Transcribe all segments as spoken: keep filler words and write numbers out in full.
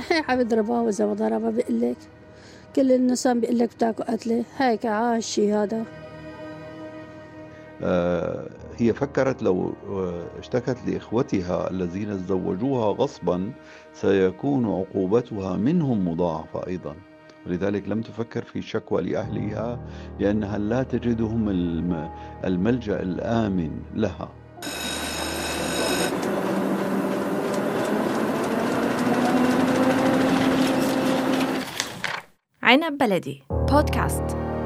هيك بيضربها وإذا ما ضربها بيقلك كل النساء بيقلك بتاكل قتلة. هيك عاشي هذا. آه هي فكرت لو اشتكت لإخوتها الذين تزوجوها غصبا سيكون عقوبتها منهم مضاعفة أيضا، ولذلك لم تفكر في شكوى لأهلها لأنها لا تجدهم الملجأ الآمن لها. عنب بلدي بودكاست.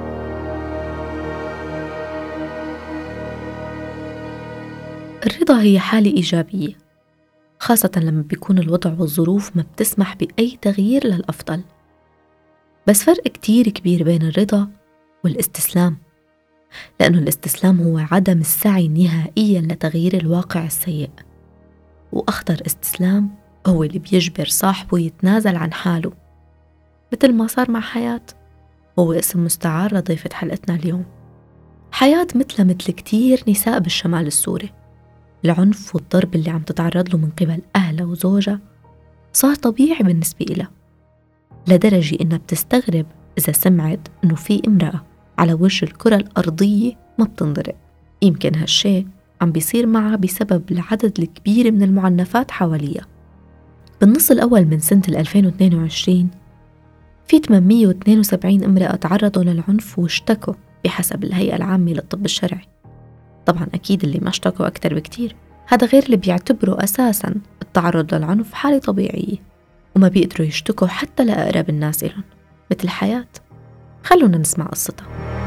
الرضا هي حالة إيجابية، خاصة لما بيكون الوضع والظروف ما بتسمح بأي تغيير للأفضل. بس فرق كتير كبير بين الرضا والاستسلام، لأنه الاستسلام هو عدم السعي نهائياً لتغيير الواقع السيء، وأخطر استسلام هو اللي بيجبر صاحبه يتنازل عن حاله، مثل ما صار مع حياة، هو اسم مستعار لضيفة حلقتنا اليوم. حياة مثل مثل كتير نساء بالشمال السوري، العنف والضرب اللي عم تتعرض له من قبل أهلها وزوجها صار طبيعي بالنسبة إلها، لدرجة إنها بتستغرب إذا سمعت إنه في امرأة على وجه الكرة الأرضية ما بتنضرب. يمكن هالشي عم بيصير معها بسبب العدد الكبير من المعنفات حواليها. بالنص الأول من سنة ألفين واثنين وعشرين في ثمانمئة واثنين وسبعين امرأة تعرضوا للعنف واشتكوا بحسب الهيئة العامة للطب الشرعي. طبعا أكيد اللي ما اشتكوا أكتر بكتير، هذا غير اللي بيعتبروا أساساً التعرض للعنف حالة طبيعية وما بيقدروا يشتكوا حتى لأقرب الناس إلهم، مثل حياة. خلونا نسمع قصتها.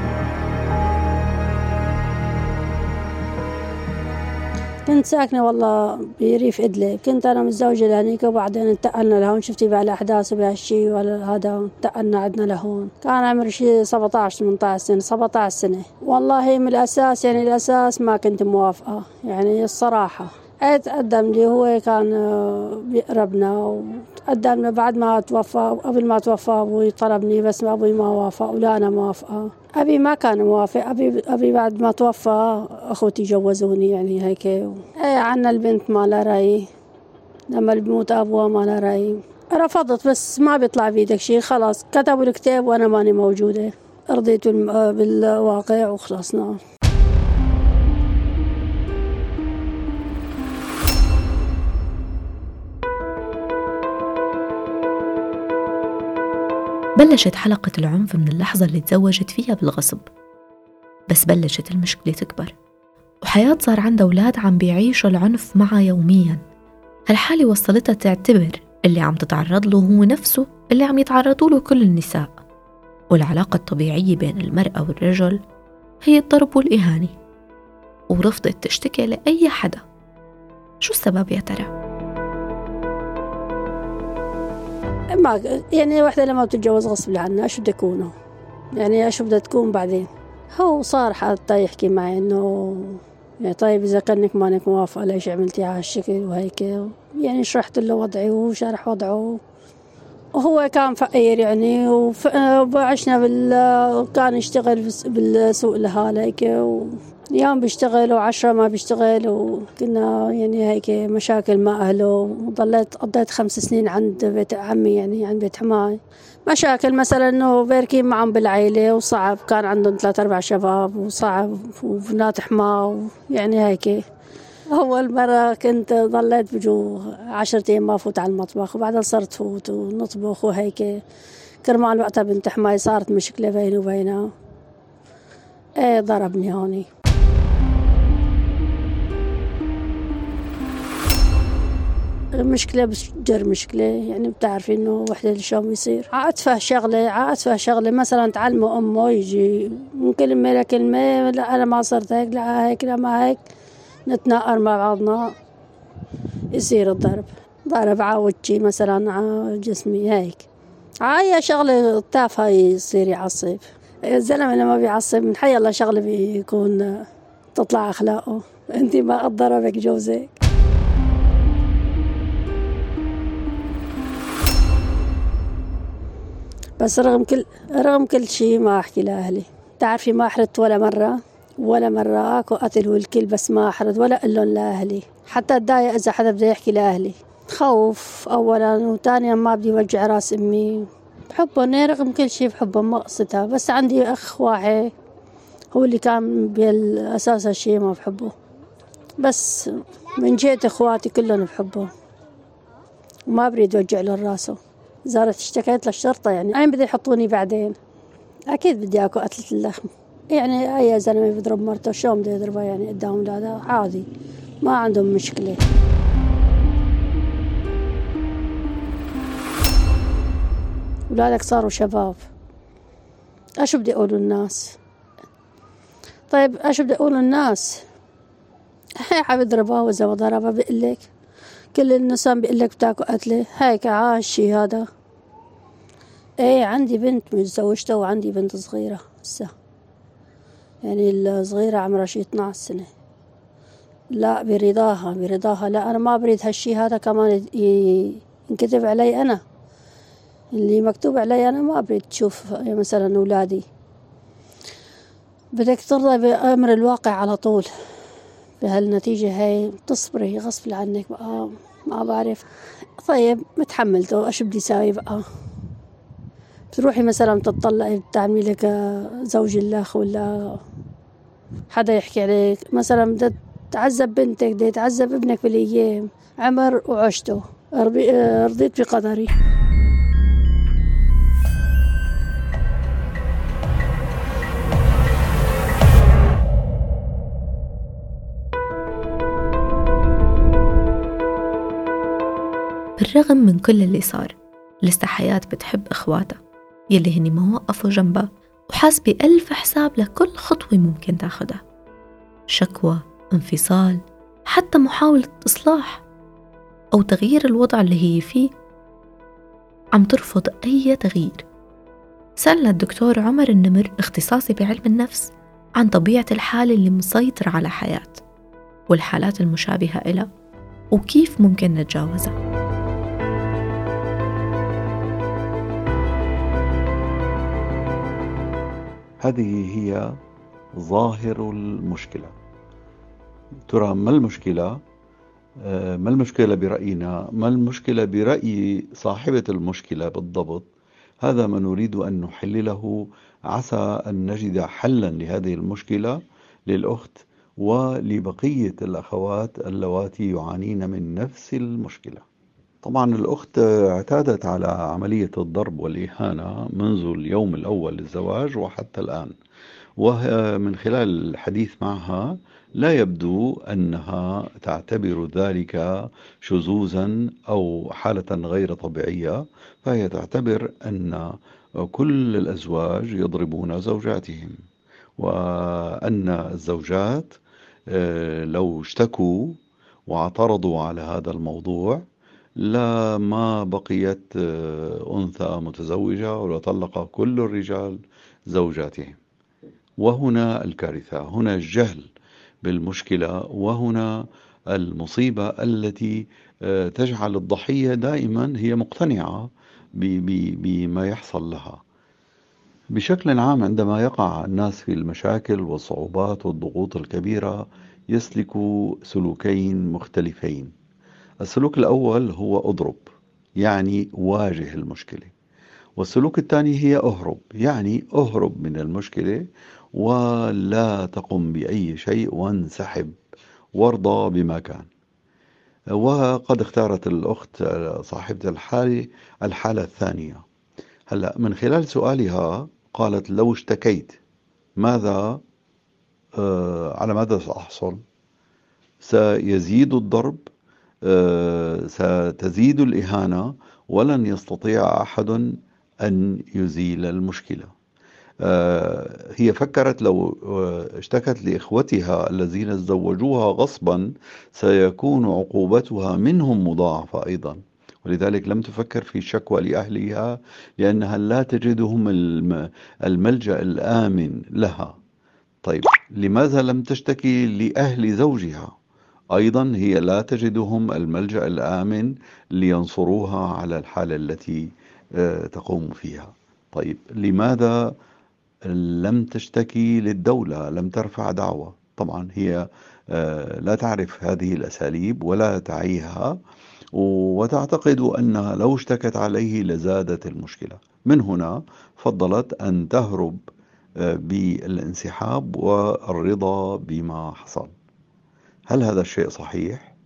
كنت ساكنة والله بريف إدلب، كنت أنا متزوجة لهنيك وبعدين انتقلنا لهون. شفتي بقى الأحداث وبهالشي ولا هذا، انتقلنا عدنا لهون. كان عمري شي سبعة عشر ثمانية عشر سنة سبعة عشر سنة. والله من الأساس يعني الأساس ما كنت موافقة، يعني الصراحة تقدم لي، هو كان بيقربنا وتقدمنا بعد ما توفى. قبل ما توفى أبوي طلبني بس ما أبوي ما وافق ولا أنا موافقة. أبي ما كان موافق. أبي أبي بعد ما توفى أخوتي جوزوني يعني هيك. إيه عنا البنت ما لها رأي، لما بيموت أبوها ما لها رأي. رفضت بس ما بيطلع بيدك شيء، خلاص كتبوا الكتاب وأنا ماني موجودة. رضيت بالواقع وخلصنا. بلشت حلقة العنف من اللحظة اللي تزوجت فيها بالغصب، بس بلشت المشكلة تكبر وحياة صار عندها أولاد عم بيعيشوا العنف معها يومياً. هالحالة وصلتها تعتبر اللي عم تتعرض له هو نفسه اللي عم يتعرضوا له كل النساء، والعلاقة الطبيعية بين المرأة والرجل هي الضرب والإهانة، ورفضت تشتكي لأي حدا. شو السبب يا ترى؟ ما يعني واحدة لما بتتجوز غصب عنها شو بده يكونوا، يعني شو بدها تكون بعدين. هو صار حتى يحكي معي إنه يعني طيب إذا كأنك مانك موافقة ليش عملتي على هالشكل وهيك، يعني شرحت له وضعي وشرح وضعه، وهو كان فقير يعني وعشنا بال كان يشتغل بالسوق لهال هيك، يوم بيشتغل وعشرة ما بيشتغل، وكنا يعني هيك مشاكل مع أهله. وضليت قضيت خمس سنين عند بيت عمي يعني عند بيت حماي. مشاكل مثلا إنه باركين معهم بالعائلة وصعب، كان عندهم ثلاث أربع شباب وصعب وبنات حماه يعني هيك. أول مرة كنت ضليت بجو عشرة أيام ما فوت على المطبخ، وبعدين صرت فوت ونطبخ وهيك. كرمال وقتها بنت حماي صارت مشكلة بيني وبينها. ايه ضربني هوني. مشكلة بجر مشكلة، يعني بتعرفي إنه وحدة شلون بيصير. عاتفه شغلة عاتفه شغلة مثلا تعلمه أمه يجي من كلمة لكلمة، لا أنا ما صرت هيك، لا هيك، لا ما هيك، نتناقر مع بعضنا يصير الضرب. ضرب عاوجي مثلا على جسمي هيك. هاي شغلة تافهة يصير يعصب الزلمة. لما بيعصب من حي الله شغلة بيكون تطلع أخلاقه. أنت ما أضربك جوزك. بس رغم كل رغم كل شيء ما أحكي لأهلي. تعرفي ما أحرت ولا مرة ولا مرة أكو قتل والكل، بس ما أحرت ولا أقول لهم لأهلي. حتى أتضايق إذا حدا بده يحكي لأهلي. خوف أولا، وثانيا ما بدي وجع راس أمي. بحبه رغم كل شيء، بحبه ما قصتها، بس عندي أخ واحد هو اللي كان بالأساس هالشيء ما بحبه، بس من جهة إخواتي كلهم بحبه وما بريد وجع له راسه. زارت اشتكيت للشرطة، يعني أين بدي يحطوني بعدين؟ أكيد بدي أكو قتلة اللحم. يعني أي زلمة بيضرب مرته شلون بده يضربها يعني قدام أولاده؟ عادي، ما عندهم مشكلة. أولادك صاروا شباب، أشو بدي أقول الناس؟ طيب أشو بدي أقول الناس؟ هي عم يضربها، وإذا ما ضربها بقلك كل النساء بقلك بتاكو قتلة، هيك عاشي هذا. ايه عندي بنت متزوجتها وعندي بنت صغيرة هسه، يعني الصغيرة عمرها شي اثنعش سنة. لا برضاها برضاها لا أنا ما بريد هالشي هذا كمان ينكتب علي. أنا اللي مكتوب علي أنا ما بريد تشوف مثلا أولادي. بدك ترضى بأمر الواقع على طول. بهالنتيجة هاي تصبري غصب عنك بقى، ما بعرف. طيب متحملته، ايش بدي ساوي بقى؟ بتروحي مثلا تطلعي بتعملي لك زوج الله ولا حدا يحكي عليك، مثلا بدها تعذب بنتك، بدها يتعذب ابنك بالايام، عمر وعشته، رضيت بقدري. بالرغم من كل اللي صار، لسه حياة بتحب إخواتها يلي هني ما وقفوا جنبها، وحاسبة ألف حساب لكل خطوة ممكن تاخدها، شكوى، انفصال، حتى محاولة إصلاح أو تغيير الوضع اللي هي فيه. عم ترفض أي تغيير. سألنا الدكتور عمر النمر، اختصاصي بعلم النفس، عن طبيعة الحالة اللي مسيطرة على حياة والحالات المشابهة إلها وكيف ممكن نتجاوزها. هذه هي ظاهر المشكلة. ترى ما المشكلة؟ ما المشكلة برأينا؟ ما المشكلة برأي صاحبة المشكلة بالضبط؟ هذا ما نريد أن نحلله، عسى أن نجد حلا لهذه المشكلة للأخت ولبقية الأخوات اللواتي يعانين من نفس المشكلة. طبعا الأخت اعتادت على عملية الضرب والإهانة منذ اليوم الأول للزواج وحتى الآن، ومن خلال الحديث معها لا يبدو أنها تعتبر ذلك شذوذا أو حالة غير طبيعية، فهي تعتبر أن كل الأزواج يضربون زوجاتهم، وأن الزوجات لو اشتكوا واعترضوا على هذا الموضوع لا ما بقيت أنثى متزوجة ولا طلق كل الرجال زوجاتهم. وهنا الكارثة، هنا الجهل بالمشكلة، وهنا المصيبة التي تجعل الضحية دائما هي مقتنعة بما يحصل لها. بشكل عام عندما يقع الناس في المشاكل والصعوبات والضغوط الكبيرة يسلكوا سلوكين مختلفين. السلوك الأول هو أضرب، يعني واجه المشكلة، والسلوك الثاني هي أهرب، يعني أهرب من المشكلة ولا تقم بأي شيء وانسحب وارضى بما كان. وقد اختارت الأخت صاحبة الحالة الحالة الثانية. هلأ من خلال سؤالها قالت لو اشتكيت ماذا آه على ماذا سأحصل؟ سيزيد الضرب، آه ستزيد الإهانة، ولن يستطيع أحد أن يزيل المشكلة. آه هي فكرت لو اشتكت لإخوتها الذين زوجوها غصبا سيكون عقوبتها منهم مضاعفة أيضا، ولذلك لم تفكر في شكوى لأهلها لأنها لا تجدهم الملجأ الآمن لها. طيب لماذا لم تشتكي لأهل زوجها؟ أيضا هي لا تجدهم الملجأ الآمن لينصروها على الحالة التي تقوم فيها. طيب لماذا لم تشتكي للدولة، لم ترفع دعوة؟ طبعا هي لا تعرف هذه الأساليب ولا تعيها، وتعتقد أنها لو اشتكت عليه لزادت المشكلة. من هنا فضلت أن تهرب بالانسحاب والرضا بما حصل. هل هذا الشيء صحيح؟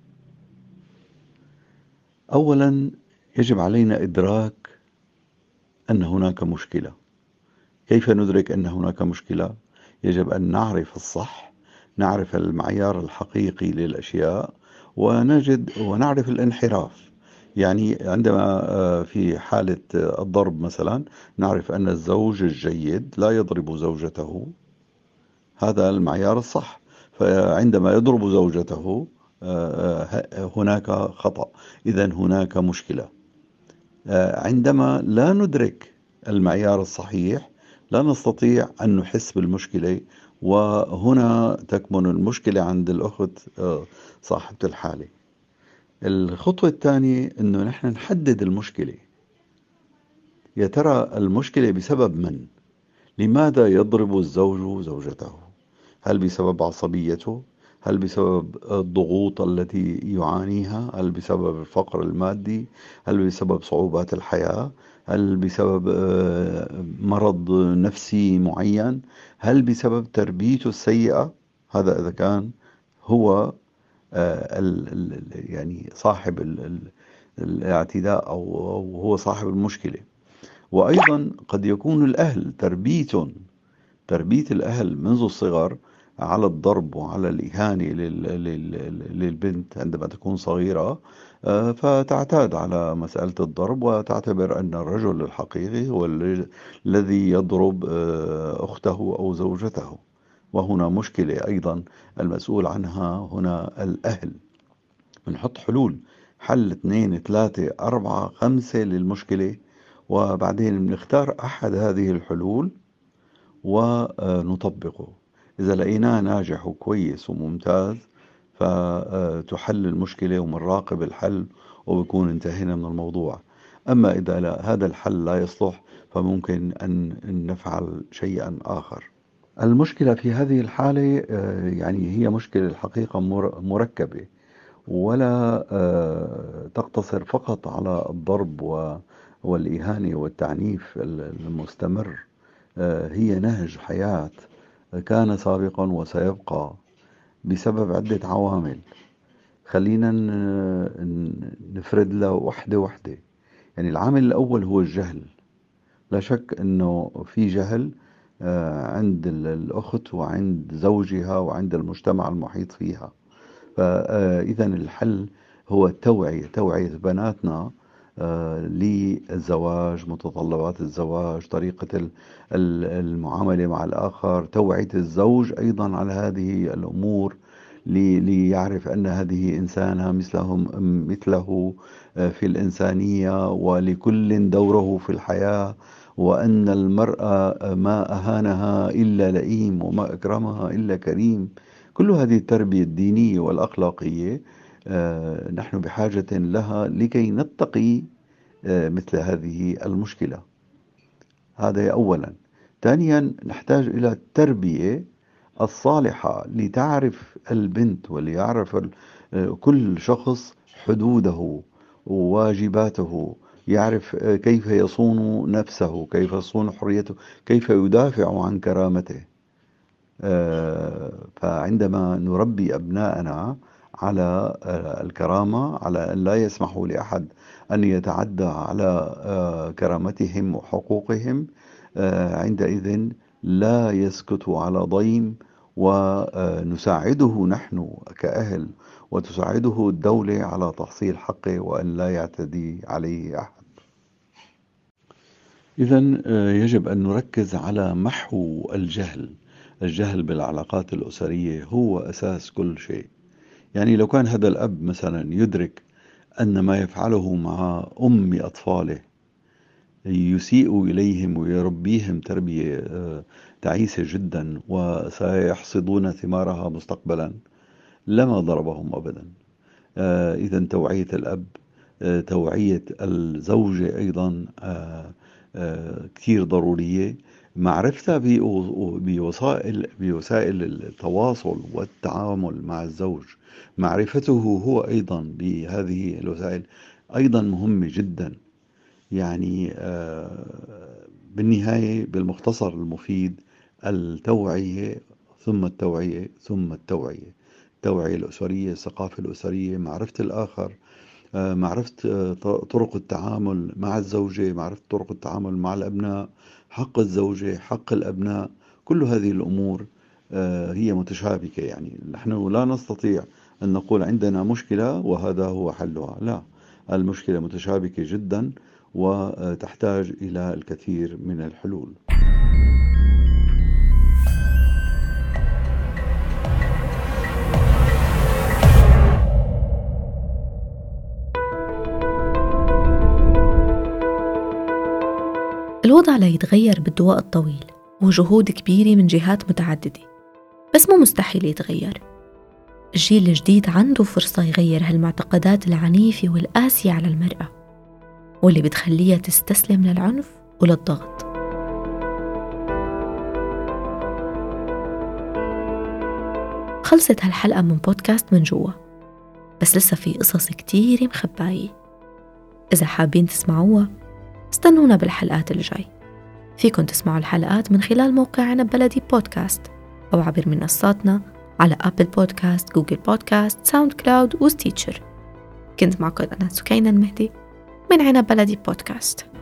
أولا يجب علينا إدراك أن هناك مشكلة. كيف ندرك أن هناك مشكلة؟ يجب أن نعرف الصح، نعرف المعيار الحقيقي للأشياء، ونجد ونعرف الانحراف. يعني عندما في حالة الضرب مثلا نعرف أن الزوج الجيد لا يضرب زوجته، هذا المعيار الصح. فعندما يضرب زوجته هناك خطأ، إذن هناك مشكلة. عندما لا ندرك المعيار الصحيح لا نستطيع أن نحس بالمشكلة، وهنا تكمن المشكلة عند الأخت صاحبة الحالة. الخطوة الثانية أنه نحن نحدد المشكلة. يا ترى المشكلة بسبب من؟ لماذا يضرب الزوج زوجته؟ هل بسبب عصبيته؟ هل بسبب الضغوط التي يعانيها؟ هل بسبب الفقر المادي؟ هل بسبب صعوبات الحياة؟ هل بسبب مرض نفسي معين؟ هل بسبب تربيته السيئة؟ هذا إذا كان هو يعني صاحب الاعتداء أو هو صاحب المشكلة. وأيضا قد يكون الأهل تربية تربية الأهل منذ الصغر على الضرب وعلى الإهانة للبنت عندما تكون صغيرة، فتعتاد على مسألة الضرب وتعتبر أن الرجل الحقيقي هو الذي يضرب أخته أو زوجته. وهنا مشكلة أيضا المسؤول عنها هنا الأهل. بنحط حلول، حل اثنين ثلاثة أربعة خمسة للمشكلة، وبعدين بنختار أحد هذه الحلول ونطبقه. إذا لقيناه ناجح وكويس وممتاز فتحل المشكلة ومنراقب الحل وبكون انتهينا من الموضوع. أما إذا لا هذا الحل لا يصلح فممكن أن نفعل شيئا آخر. المشكلة في هذه الحالة يعني هي مشكلة الحقيقة مركبة، ولا تقتصر فقط على الضرب والإهانة والتعنيف المستمر. هي نهج حياة كان سابقا وسيبقى بسبب عدة عوامل. خلينا نفرد له وحدة وحدة. يعني العامل الأول هو الجهل. لا شك أنه في جهل عند الأخت وعند زوجها وعند المجتمع المحيط فيها. فإذا الحل هو التوعية، توعية بناتنا للزواج، متطلبات الزواج، طريقة المعاملة مع الآخر، توعية الزوج أيضا على هذه الأمور ليعرف أن هذه إنسانة مثلهم مثله في الإنسانية، ولكل دوره في الحياة، وأن المرأة ما أهانها إلا لئيم وما أكرمها إلا كريم. كل هذه التربية الدينية والأخلاقية نحن بحاجة لها لكي نتقي مثل هذه المشكلة. هذا أولا. ثانيا نحتاج إلى التربية الصالحة لتعرف البنت وليعرف كل شخص حدوده وواجباته، يعرف كيف يصون نفسه، كيف يصون حريته، كيف يدافع عن كرامته. فعندما نربي أبناءنا على الكرامة، على أن لا يسمحوا لأحد أن يتعدى على كرامتهم وحقوقهم، عندئذ لا يسكت على ضيم، ونساعده نحن كأهل وتساعده الدولة على تحصيل حقه وأن لا يعتدي عليه أحد. إذن يجب أن نركز على محو الجهل. الجهل بالعلاقات الأسرية هو أساس كل شيء. يعني لو كان هذا الأب مثلا يدرك أن ما يفعله مع أم أطفاله يسيء إليهم ويربيهم تربية تعيسة جدا وسيحصدون ثمارها مستقبلا لما ضربهم أبدا. إذن توعية الأب، توعية الزوجة أيضا كثير ضرورية. معرفتها بوسائل بوسائل التواصل والتعامل مع الزوج، معرفته هو أيضا بهذه الوسائل أيضا مهمة جدا. يعني بالنهاية بالمختصر المفيد التوعية ثم التوعية ثم التوعية، التوعية الأسرية، الثقافة الأسرية، معرفة الآخر، معرفة طرق التعامل مع الزوجة، معرفة طرق التعامل مع الأبناء، حق الزوجة، حق الأبناء. كل هذه الأمور هي متشابكة. يعني نحن لا نستطيع أن نقول عندنا مشكلة وهذا هو حلها، لا، المشكلة متشابكة جدا وتحتاج إلى الكثير من الحلول. الوضع لا يتغير بالضوء الطويل وجهود كبيرة من جهات متعددة، بس مو مستحيل يتغير. الجيل الجديد عنده فرصة يغير هالمعتقدات العنيفة والقاسية على المرأة واللي بتخليها تستسلم للعنف وللضغط. خلصت هالحلقة من بودكاست من جوا، بس لسه في قصص كتير مخباية. إذا حابين تسمعوها استنونا بالحلقات الجاي. فيكن تسمعوا الحلقات من خلال موقعنا بلدي بودكاست أو عبر منصاتنا على أبل بودكاست، جوجل بودكاست، ساوند كلاود وستيتشر. كنت معكم أنا سكينة المهدي من عنب بلدي بودكاست.